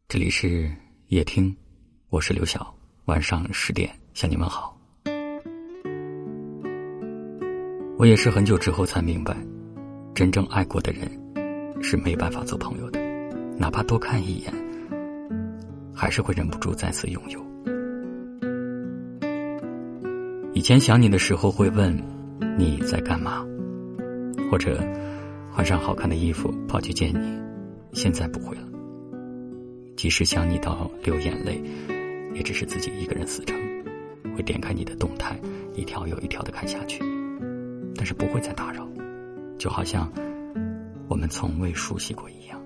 这里是夜听，我是刘晓，晚上10点向你们好。我也是很久之后才明白，真正爱过的人是没办法做朋友的，哪怕多看一眼，还是会忍不住再次拥有。以前想你的时候会问你在干嘛，或者换上好看的衣服跑去见你，现在不会了。即使想你到流眼泪，也只是自己一个人死撑，会点开你的动态，一条又一条的看下去，但是不会再打扰，就好像我们从未熟悉过一样。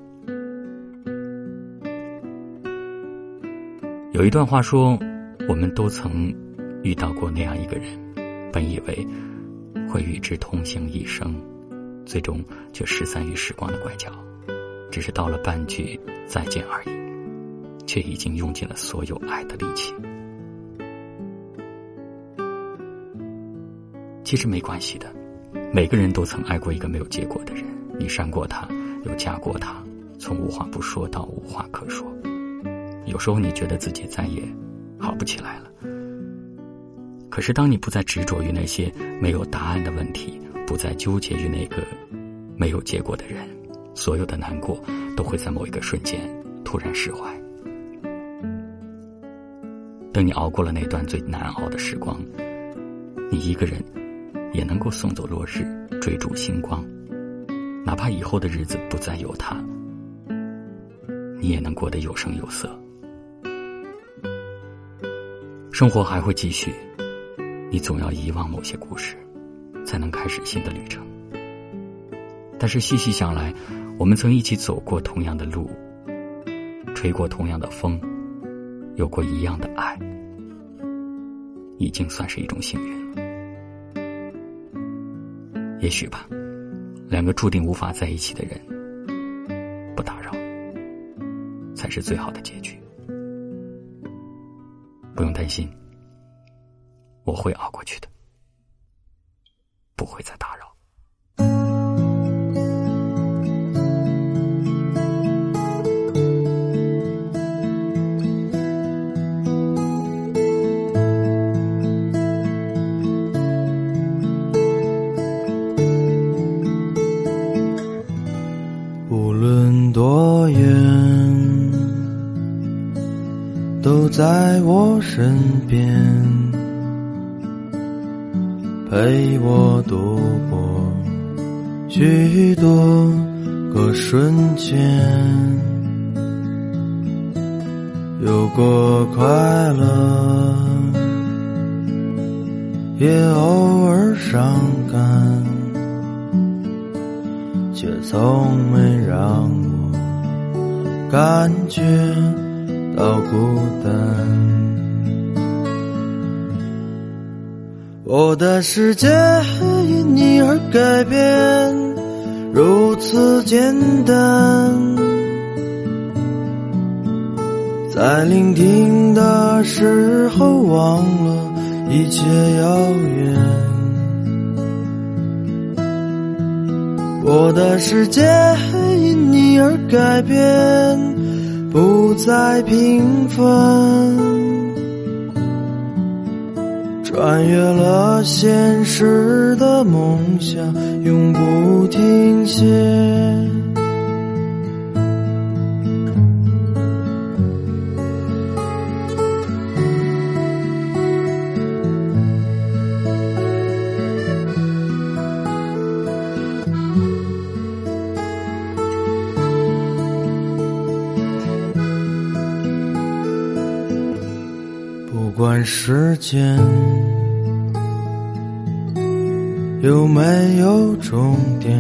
有一段话说，我们都曾遇到过那样一个人，本以为会与之同行一生，最终却失散于时光的拐角，只是到了半句再见而已，却已经用尽了所有爱的力气。其实没关系的，每个人都曾爱过一个没有结果的人，你删过他，又加过他，从无话不说到无话可说。有时候你觉得自己再也好不起来了，可是当你不再执着于那些没有答案的问题，不再纠结于那个没有结果的人，所有的难过都会在某一个瞬间突然释怀。等你熬过了那段最难熬的时光，你一个人也能够送走落日，追逐星光，哪怕以后的日子不再有他，你也能过得有声有色。生活还会继续，你总要遗忘某些故事，才能开始新的旅程。但是细细想来，我们曾一起走过同样的路，吹过同样的风，有过一样的爱，已经算是一种幸运了。也许吧，两个注定无法在一起的人，不打扰，才是最好的结局。不用担心，我会熬过去的，不会再打扰。 无论多远，都在我身边，陪我度过许多个瞬间，有过快乐，也偶尔伤感，却从没让我感觉到孤单。我的世界因你而改变，如此简单，在聆听的时候忘了一切遥远。我的世界因你而改变，不再平凡，穿越了现实的梦想，永不停歇。不管时间有没有终点，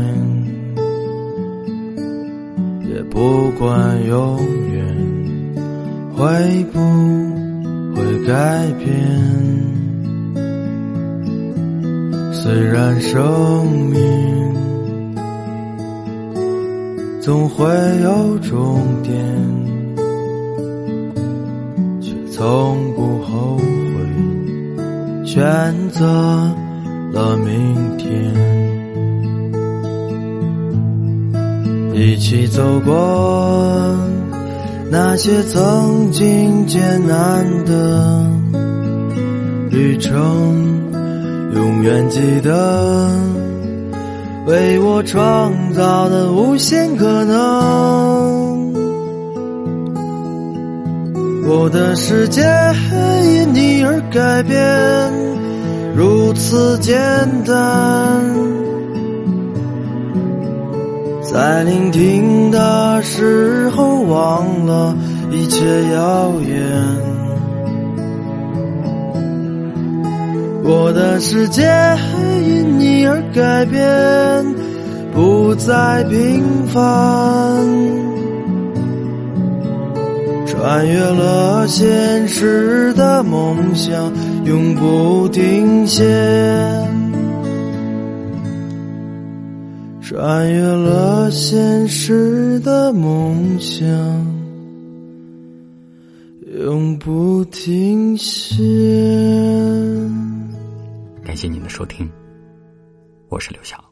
也不管永远会不会改变。虽然生命总会有终点，却从不后悔选择了明天。一起走过那些曾经艰难的旅程，永远记得为我创造的无限可能。我的世界因你而改变，如此简单。在聆听的时候忘了一切遥远，我的世界因你而改变，不再平凡，穿越了现实的梦想，永不停歇，穿越了现实的梦想，永不停歇。 感谢您的收听，我是刘晓。